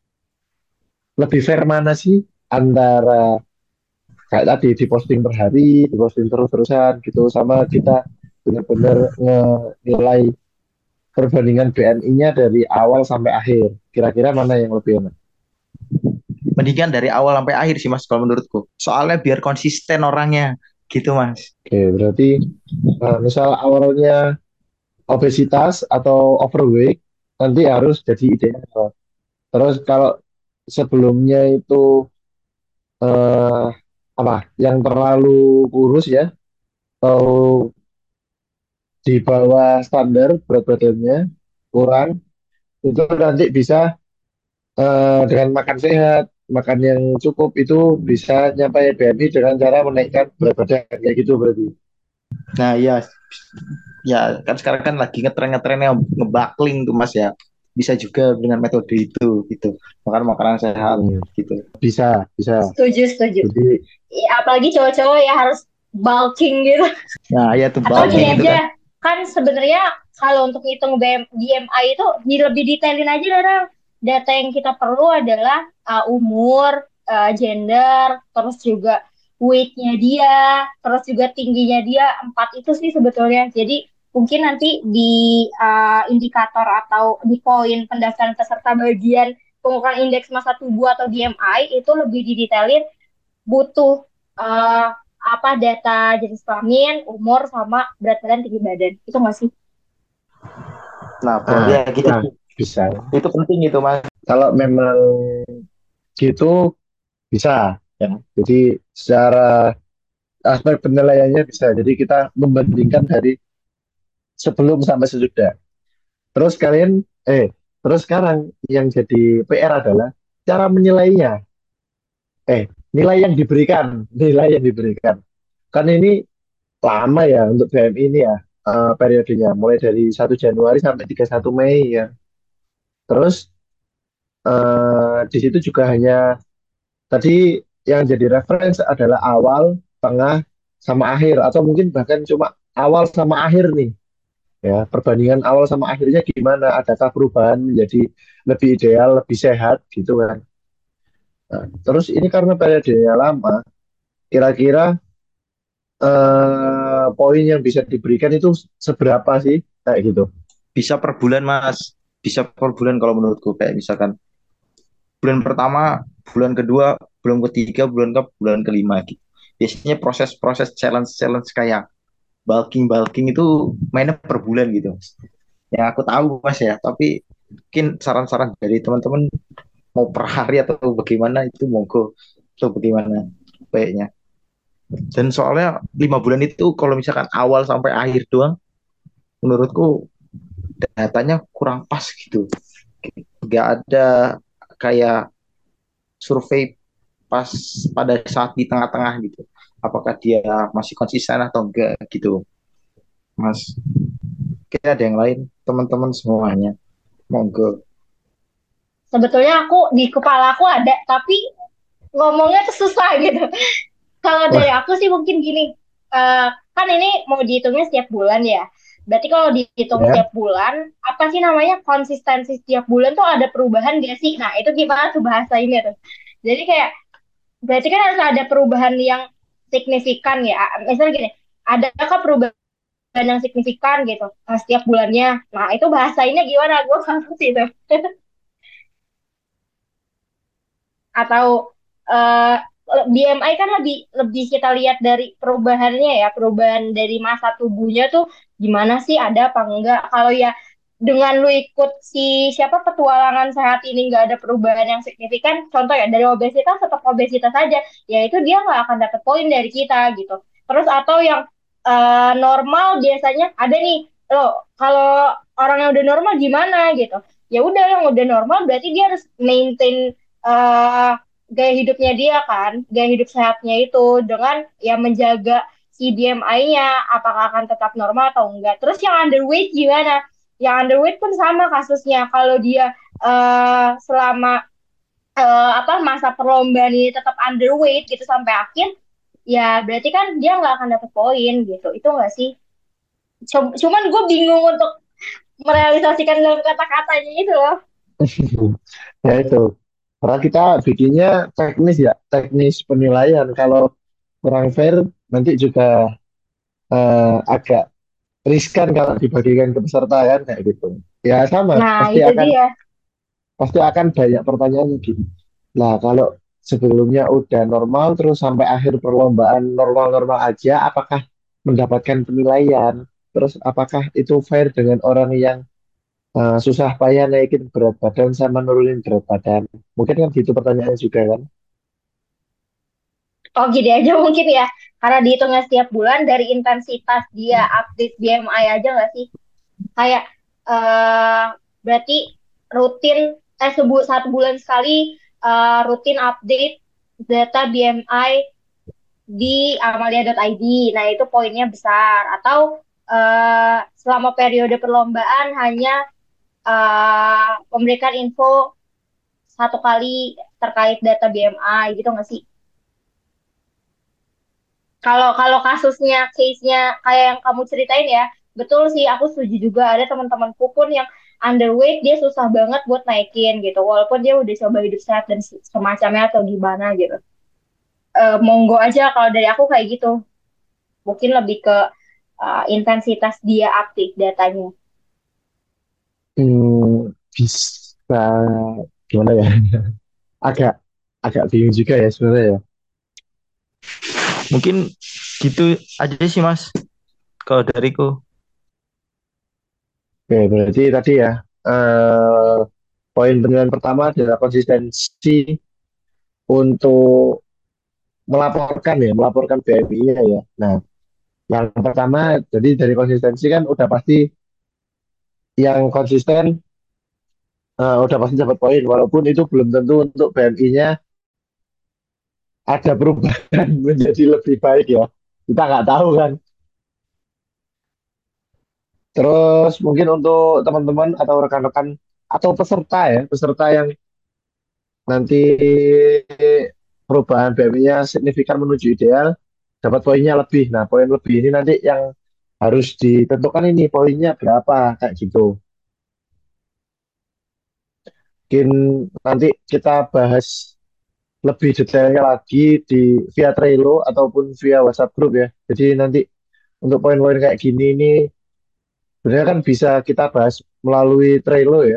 lebih fair mana sih antara kayak tadi di posting per hari, di posting terus-terusan gitu, sama kita benar-benar nilai perbandingan B M I-nya dari awal sampai akhir. Kira-kira mana yang lebih enak? Mendingan dari awal sampai akhir sih mas kalau menurutku. Soalnya biar konsisten orangnya gitu mas. Oke, berarti eh, misal awalnya obesitas atau overweight, nanti harus jadi ideal. Terus kalau sebelumnya itu eh, apa, yang terlalu kurus ya, atau di bawah standar berat badannya kurang, itu nanti bisa eh, dengan makan sehat, makan yang cukup itu bisa nyampai B M I dengan cara menaikkan berat badan kayak gitu berarti. Nah iya Ya kan sekarang kan lagi ngetren-ngetrennya ngebakling tuh Mas ya. Bisa juga dengan metode itu gitu. Makan makanan sehat Hmm, gitu. bisa, bisa. Setuju, setuju. Jadi, Ya, apalagi cowok-cowok ya harus bulking gitu. Nah, ya tuh Atau nah, bulking gini itu kan. aja, kan sebenarnya kalau untuk hitung B M B M I itu di- lebih detailin aja orang. Data yang kita perlu adalah uh, umur, uh, gender, terus juga weight-nya dia, terus juga tingginya dia. Empat itu sih sebetulnya. Jadi mungkin nanti di uh, indikator atau di poin pendaftaran peserta bagian pengukuran indeks massa tubuh atau B M I itu lebih didetailin butuh uh, apa data jenis kelamin, umur, sama berat badan, tinggi badan. Itu nggak sih? Nah, berarti ah, ya gitu. ya bisa. Itu penting itu Mas. Kalau memang gitu bisa, ya. Jadi secara aspek penilaiannya bisa. Jadi kita membandingkan dari sebelum sampai sesudah. Terus kalian, eh, terus sekarang yang jadi P R adalah cara menilainya. Eh, nilai yang diberikan, nilai yang diberikan. Kan ini lama ya untuk B M I ini ya, eh, periodenya. Mulai dari satu Januari sampai tiga puluh satu Mei ya. Terus eh, di situ juga hanya tadi yang jadi reference adalah awal, tengah, sama akhir. Atau mungkin bahkan cuma awal sama akhir nih. Ya, perbandingan awal sama akhirnya gimana? Adakah perubahan menjadi lebih ideal, lebih sehat gitu kan? Nah, terus ini karena periodenya lama, kira-kira eh, poin yang bisa diberikan itu seberapa sih? Kayak gitu. Bisa per bulan Mas. Bisa per bulan kalau menurutku kayak misalkan bulan pertama, bulan kedua, bulan ketiga, bulan ke bulan kelima gitu. Biasanya proses-proses challenge-challenge kayak bulking-bulking itu mainnya per bulan gitu. Yang aku tahu Mas ya, tapi mungkin saran-saran dari teman-teman mau per hari atau bagaimana itu monggo atau bagaimana baiknya. Dan soalnya lima bulan itu kalau misalkan awal sampai akhir doang, menurutku datanya kurang pas gitu. Nggak ada kayak survei pas pada saat di tengah-tengah gitu. Apakah dia masih konsisten atau enggak gitu, Mas. Kira ada yang lain, teman-teman semuanya. Monggo. Sebetulnya aku di kepala aku ada, tapi ngomongnya tuh susah gitu. Kalau dari Wah, aku sih mungkin gini, eh, kan ini mau dihitungnya setiap bulan ya. Berarti kalau dihitung ya. setiap bulan, apa sih namanya konsistensi setiap bulan tuh ada perubahan gak sih? Nah itu gimana tuh bahasa ini tuh? Jadi kayak berarti kan harus ada perubahan yang signifikan ya. Misalnya gini, adakah perubahan yang signifikan gitu eh, setiap bulannya? Nah itu bahasanya gimana? Gue nggak ngerti itu. Atau eh, B M I kan lebih lebih kita lihat dari perubahannya ya, perubahan dari masa tubuhnya tuh gimana sih, ada apa enggak. Kalau ya dengan lu ikut si siapa petualangan sehat ini nggak ada perubahan yang signifikan, contoh ya dari obesitas tetap obesitas saja, ya itu dia nggak akan dapat poin dari kita gitu. Terus atau yang eh, normal biasanya ada nih, lo kalau orang yang udah normal gimana gitu. Ya udah yang udah normal berarti dia harus maintain eh, gaya hidupnya dia kan, gaya hidup sehatnya itu dengan ya menjaga si B M I-nya apakah akan tetap normal atau enggak. Terus yang underweight gimana? Yang underweight pun sama kasusnya. Kalau dia eh, selama eh, apa masa perlombaan ini tetap underweight gitu sampai akhir, ya berarti kan dia nggak akan dapat poin gitu. Itu nggak sih? Cum- Cuman gue bingung untuk merealisasikan dalam kata-katanya itu loh. Ya itu. Karena kita bikinnya teknis ya, teknis penilaian. Kalau kurang fair, nanti juga eh, agak riskan kalau dibagikan ke peserta kan kayak gitu. Ya sama, Nah, pasti itu akan dia. pasti akan banyak pertanyaan gini. Nah, kalau sebelumnya udah normal terus sampai akhir perlombaan normal-normal aja, apakah mendapatkan penilaian? Terus apakah itu fair dengan orang yang eh, susah payah naikin berat badan sama nurunin berat badan? Mungkin kan gitu pertanyaannya juga kan? Oh gini aja mungkin ya, karena dihitungnya setiap bulan dari intensitas dia update B M I aja nggak sih? Kayak eh berarti rutin eh sebu satu bulan sekali eh, rutin update data B M I di amalia dot i d. Nah itu poinnya besar. Atau eh, selama periode perlombaan hanya eh, memberikan info satu kali terkait data B M I gitu nggak sih? Kalau kalau kasusnya, case-nya kayak yang kamu ceritain ya, betul sih aku setuju juga ada teman-temanku pun yang underweight dia susah banget buat naikin gitu, walaupun dia udah coba hidup sehat dan se- semacamnya atau gimana gitu. Eh, monggo aja kalau dari aku kayak gitu, mungkin lebih ke eh, intensitas dia aktif datanya. Hmm, bisa gimana ya? Agak agak bingung juga ya sebenarnya ya. Mungkin gitu aja sih Mas kalau dariku. Oke, berarti tadi ya eh, poin penilaian pertama adalah konsistensi untuk melaporkan ya, melaporkan B M I-nya ya. Nah, yang pertama jadi dari konsistensi kan udah pasti yang konsisten eh, udah pasti dapat poin, walaupun itu belum tentu untuk B M I-nya ada perubahan menjadi lebih baik ya. Kita nggak tahu kan. Terus mungkin untuk teman-teman atau rekan-rekan atau peserta ya, peserta yang nanti perubahan B M I-nya signifikan menuju ideal, dapat poinnya lebih. Nah, poin lebih ini nanti yang harus ditentukan ini poinnya berapa kayak gitu. Mungkin nanti kita bahas lebih detailnya lagi di via Trello ataupun via WhatsApp group ya. Jadi nanti untuk poin-poin kayak gini ini sebenarnya kan bisa kita bahas melalui Trello ya.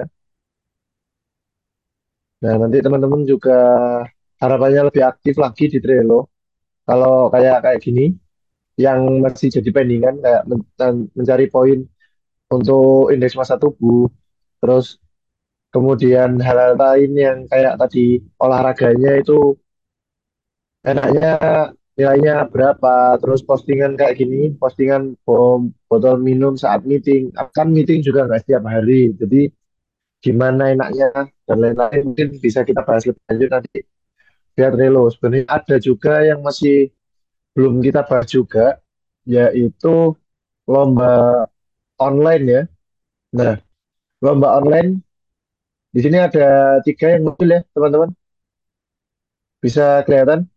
Nah, nanti teman-teman juga harapannya lebih aktif lagi di Trello. Kalau kayak kayak gini yang masih jadi pendingan kayak men- men- mencari poin untuk indeks massa tubuh, terus kemudian hal-hal lain yang kayak tadi olahraganya itu enaknya nilainya berapa, terus postingan kayak gini, postingan bom botol minum saat meeting, akan meeting juga nggak setiap hari, jadi gimana enaknya dan lain-lain mungkin bisa kita bahas lebih lanjut nanti biar Trello. Sebenarnya ada juga yang masih belum kita bahas juga, yaitu lomba online ya. Nah, lomba online di sini ada tiga yang muncul ya, teman-teman. Bisa kelihatan,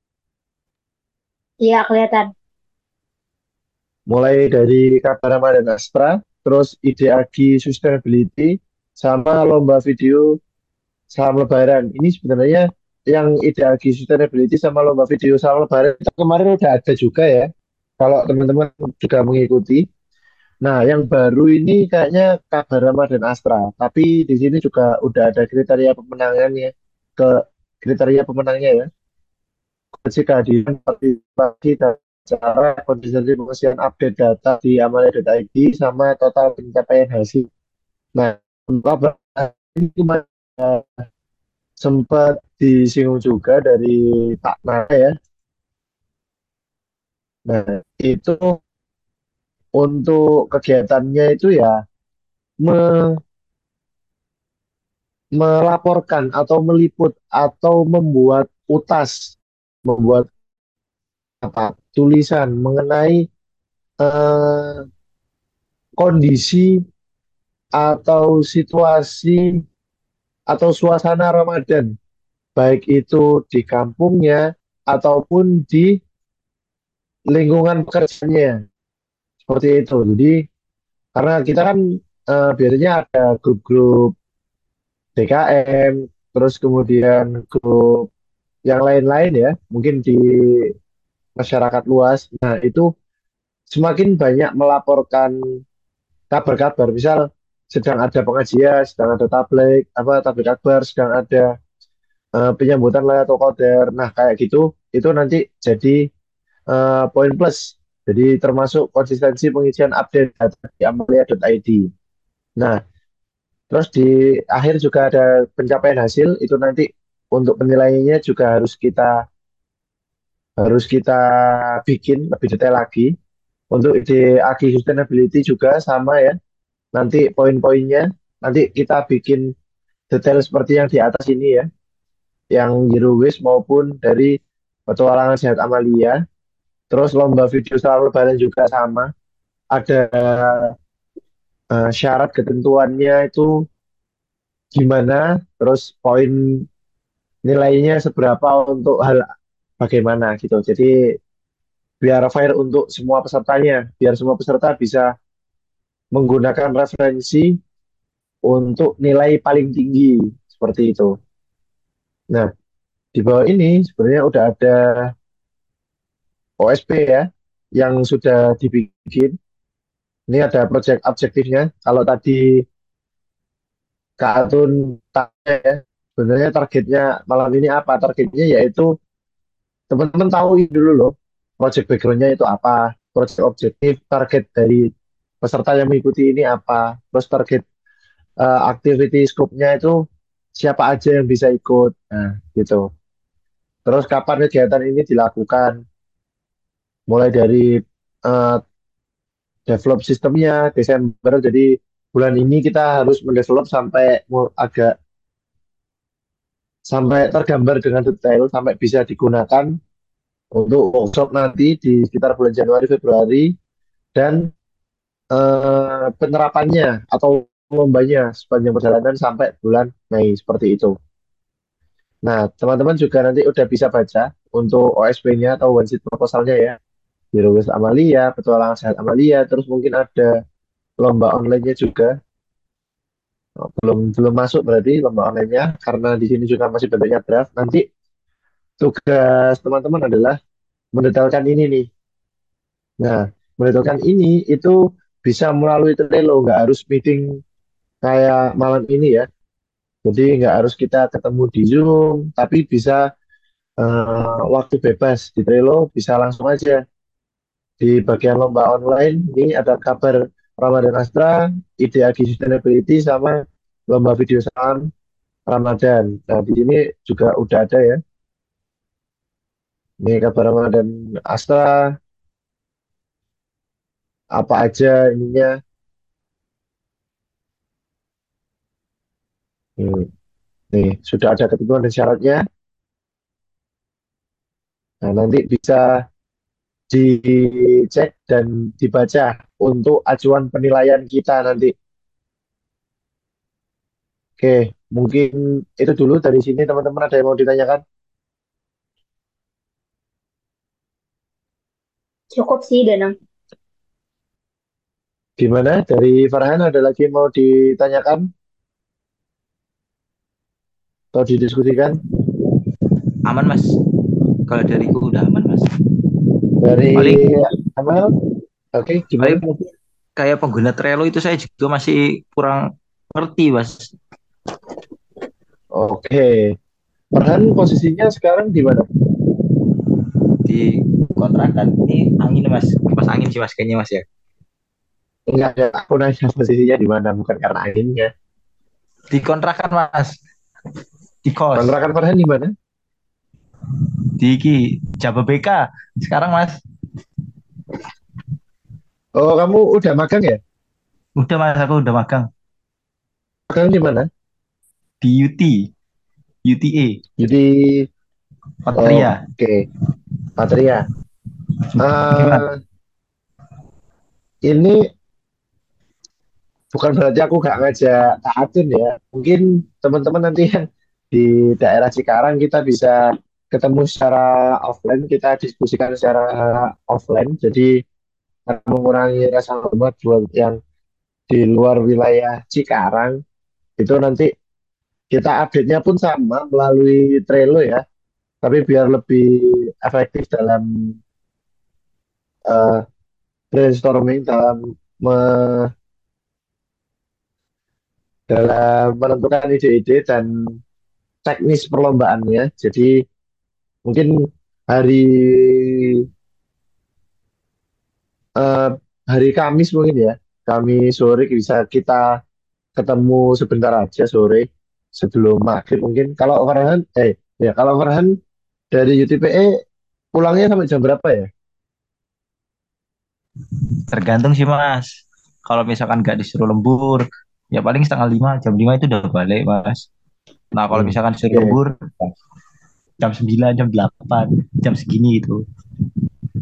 Iya kelihatan. mulai dari Kabarama dan Astra, terus I D A G Sustainability, sama lomba video saham lebaran. Ini sebenarnya yang I D A G Sustainability sama lomba video saham lebaran itu kemarin udah ada juga ya. Kalau teman-teman juga mengikuti. Nah, yang baru ini kayaknya Kabarama dan Astra. Tapi di sini juga udah ada kriteria pemenangannya ke kriteria pemenangnya ya. Kondisi kehadiran partisipasi dan cara konsistensi pengisian update data di amalia.id sama total pencapaian hasil. Nah, untuk ini cuma eh, sempat disinggung juga dari Pak Nana ya. Nah, itu untuk kegiatannya itu ya me- melaporkan atau meliput atau membuat utas, membuat apa tulisan mengenai eh, kondisi atau situasi atau suasana Ramadan, baik itu di kampungnya ataupun di lingkungan pekerjaannya, seperti itu. Jadi, karena kita kan eh, biasanya ada grup-grup D K M, terus kemudian grup yang lain-lain ya, mungkin di masyarakat luas. Nah, itu semakin banyak melaporkan kabar-kabar, misal sedang ada pengajian, sedang ada tablik, apa tablik akbar, sedang ada eh, penyambutan Lailatul Qadar. Nah, kayak gitu, itu nanti jadi eh, poin plus. Jadi termasuk konsistensi pengisian update data di amalia.id. Nah, terus di akhir juga ada pencapaian hasil, itu nanti untuk penilaiannya juga harus kita harus kita bikin lebih detail lagi. Untuk ide Agi Sustainability juga sama ya. Nanti poin-poinnya nanti kita bikin detail seperti yang di atas ini ya, yang Zero Waste maupun dari petualangan sehat Amalia. Terus lomba video selalu lebaran juga sama. ada eh, syarat ketentuannya itu gimana, terus poin nilainya seberapa untuk hal bagaimana gitu. Jadi biar fair untuk semua pesertanya, biar semua peserta bisa menggunakan referensi untuk nilai paling tinggi seperti itu. Nah, di bawah ini sebenarnya udah ada O S P ya yang sudah dibikin. Ini ada project objektifnya. Kalau tadi Kak Atun tanya ya, sebenarnya targetnya malam ini apa? Targetnya yaitu teman-teman tahu ini dulu loh, project background-nya itu apa, project objektif, target dari peserta yang mengikuti ini apa, terus target eh, activity scope-nya itu siapa aja yang bisa ikut, nah gitu. Terus kapan kegiatan ini dilakukan, mulai dari eh, develop sistemnya Desember, jadi bulan ini kita harus mendevelop sampai mu- agak sampai tergambar dengan detail, sampai bisa digunakan untuk workshop nanti di sekitar bulan Januari Februari, dan eh, penerapannya atau lombanya sepanjang perjalanan sampai bulan Mei seperti itu. Nah, teman-teman juga nanti udah bisa baca untuk O S P-nya atau one sheet proposalnya ya. Heroes Amalia, Petualangan Sehat Amalia, terus mungkin ada lomba online-nya juga. Oh, belum belum masuk berarti lomba online-nya karena di sini juga masih bentuknya draft. Nanti tugas teman-teman adalah mendetailkan ini nih. Nah, mendetailkan ini itu bisa melalui Trello, nggak harus meeting kayak malam ini ya. Jadi nggak harus kita ketemu di Zoom, tapi bisa eh, waktu bebas di Trello, bisa langsung aja di bagian lomba online. Ini ada kabar Ramadan Astra, ide Agi Sustainability sama lomba video sound Ramadan. Nah, di sini juga udah ada ya. Ini kabar Ramadan Astra, apa aja ininya. Hmm, nih, sudah ada ketentuan dan syaratnya. Nah, nanti bisa dicek dan dibaca untuk acuan penilaian kita nanti. Oke, mungkin itu dulu dari sini teman-teman ada yang mau ditanyakan? Cukup sih, Danang. Gimana? Dari Farhan ada lagi yang mau ditanyakan atau didiskusikan? Aman mas. Kalau dariku udah aman mas. Dari Paling Amal, oke, gimana? paling kayak pengguna Trello itu saya juga masih kurang ngerti mas. Oke, Farhan posisinya sekarang di mana? Di kontrakan ini angin mas, kipas angin sih mas kayaknya mas ya. Enggak ada, aku nanya posisinya di mana, bukan karena anginnya. Di kontrakan mas, di kos, Kontrakan Farhan di mana? di ki Jababeka sekarang mas. Oh, kamu udah magang ya? Udah mas, aku udah magang Magang di mana? di U T, U T A, Jadi, oh, Patria. oke, Patria. Gimana? Eh, ini bukan berarti aku gak ngajak Kak Atun ya. Mungkin teman-teman nanti yang di daerah Cikarang kita bisa ketemu secara offline, kita diskusikan secara offline. Jadi akan mengurangi rasa hormat buat yang di luar wilayah Cikarang. Itu nanti kita update-nya pun sama melalui Trello ya. Tapi biar lebih efektif dalam eh, brainstorming, dalam me- dalam menentukan ide-ide dan teknis perlombaannya. Jadi mungkin hari eh, hari Kamis mungkin ya, Kamis sore bisa kita ketemu sebentar aja sore sebelum maghrib mungkin. Kalau Farhan, eh ya kalau Farhan dari U T P E pulangnya sampai jam berapa ya? Tergantung sih mas. Kalau misalkan nggak disuruh lembur, ya paling setengah lima, jam lima itu udah balik mas. Nah kalau Hmm, misalkan disuruh oke. lembur, jam sembilan, jam delapan, jam segini gitu.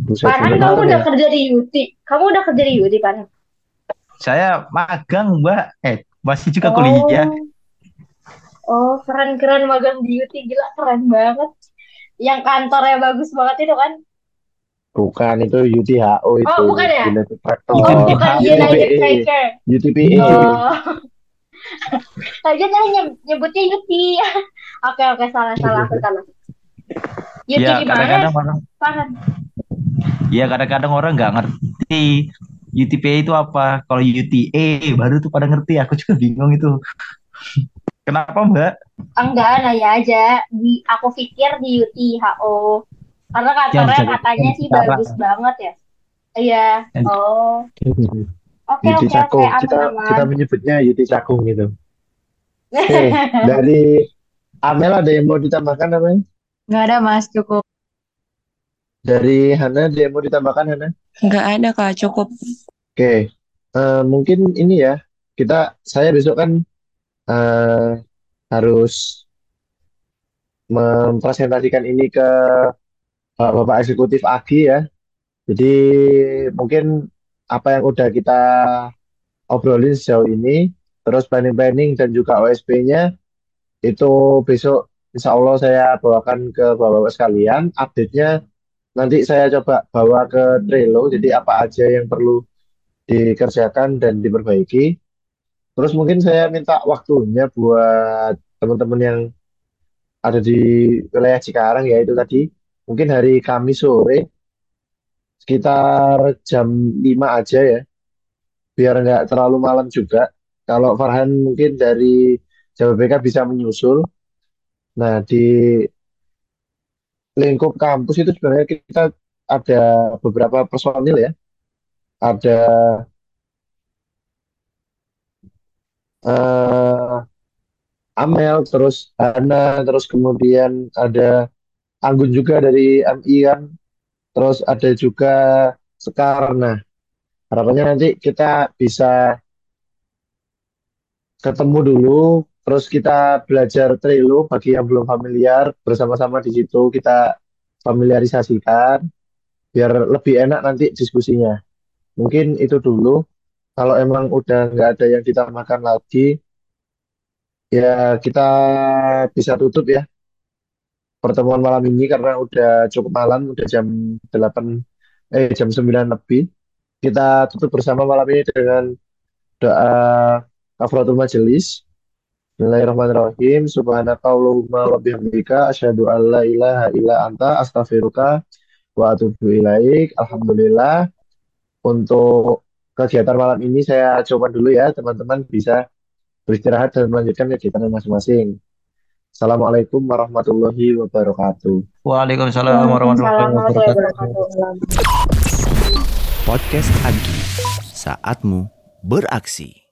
Buset, Farhan, bener kamu udah ya. kerja di U T. Kamu udah kerja di U T, Farhan? Saya magang, Mbak. Eh, masih juga Oh, kuliah. oh keren-keren magang di U T. Gila, keren banget. Yang kantornya bagus banget itu kan? Bukan, itu U T H O Oh, itu. bukan ya? United Oh, Tractor. bukan United U T P E. Tracker. U T P E. Oh, lagi saya nyebutnya U T. Oke, oke, salah-salah. Aku salah. U T Ya, di mana, kadang-kadang orang, Farhan? ya kadang-kadang orang nggak ngerti U T P itu apa. Kalau U T E baru tuh pada ngerti. Aku juga bingung itu. Kenapa, Mbak? Enggak, nanya aja. Di, aku pikir di U T H O. Karena Yang di kantornya Jakarta, katanya yang di sih Cikarang. bagus banget ya. Iya. Yang di- Oh, oke, U T oke, oke. Cakung. Kita Aman-aman. kita menyebutnya U T Cakung gitu. Oke, dari Amel ada yang mau ditambahkan namanya? Nggak ada mas, cukup. Dari Hana ada yang mau ditambahkan Hana? Nggak ada Kak, cukup. Oke, eh, mungkin ini ya. Kita saya besok kan eh, harus mempresentasikan ini ke Pak Bapak Eksekutif Agi ya. Jadi mungkin apa yang udah kita obrolin sejauh ini, terus planning-planning dan juga O S P-nya itu besok insya Allah saya bawakan ke bapak-bapak sekalian. Update-nya nanti saya coba bawa ke Trello, jadi apa aja yang perlu dikerjakan dan diperbaiki. Terus mungkin saya minta waktunya buat teman-teman yang ada di wilayah Cikarang ya itu tadi. Mungkin hari Kamis sore sekitar jam lima aja ya, biar nggak terlalu malam juga. Kalau Farhan mungkin dari Jababeka bisa menyusul. Nah, di lingkup kampus itu sebenarnya kita ada beberapa personil ya. Ada eh, Amel, terus Hana, terus kemudian ada Anggun juga dari M I kan. Terus ada juga Sekar. Nah, harapannya nanti kita bisa ketemu dulu, terus kita belajar Trello bagi yang belum familiar, bersama-sama di situ kita familiarisasikan, biar lebih enak nanti diskusinya. Mungkin itu dulu. Kalau emang udah nggak ada yang ditambahkan lagi, ya kita bisa tutup ya pertemuan malam ini karena udah cukup malam, udah jam delapan, eh jam sembilan lebih. Kita tutup bersama malam ini dengan doa kafaratul majelis. Bismillahirrahmanirrahim. Subhanakallahumma wa bihamdika asyhadu an la ilaha illa anta astaghfiruka wa atubu ilaik. Alhamdulillah untuk kegiatan malam ini saya coba dulu ya, teman-teman bisa beristirahat dan melanjutkan kegiatan masing-masing. Assalamualaikum warahmatullahi wabarakatuh. Waalaikumsalam Waalaikumsalam warahmatullahi warahmatullahi wabarakatuh. wabarakatuh. Podcast Agi, saatmu beraksi.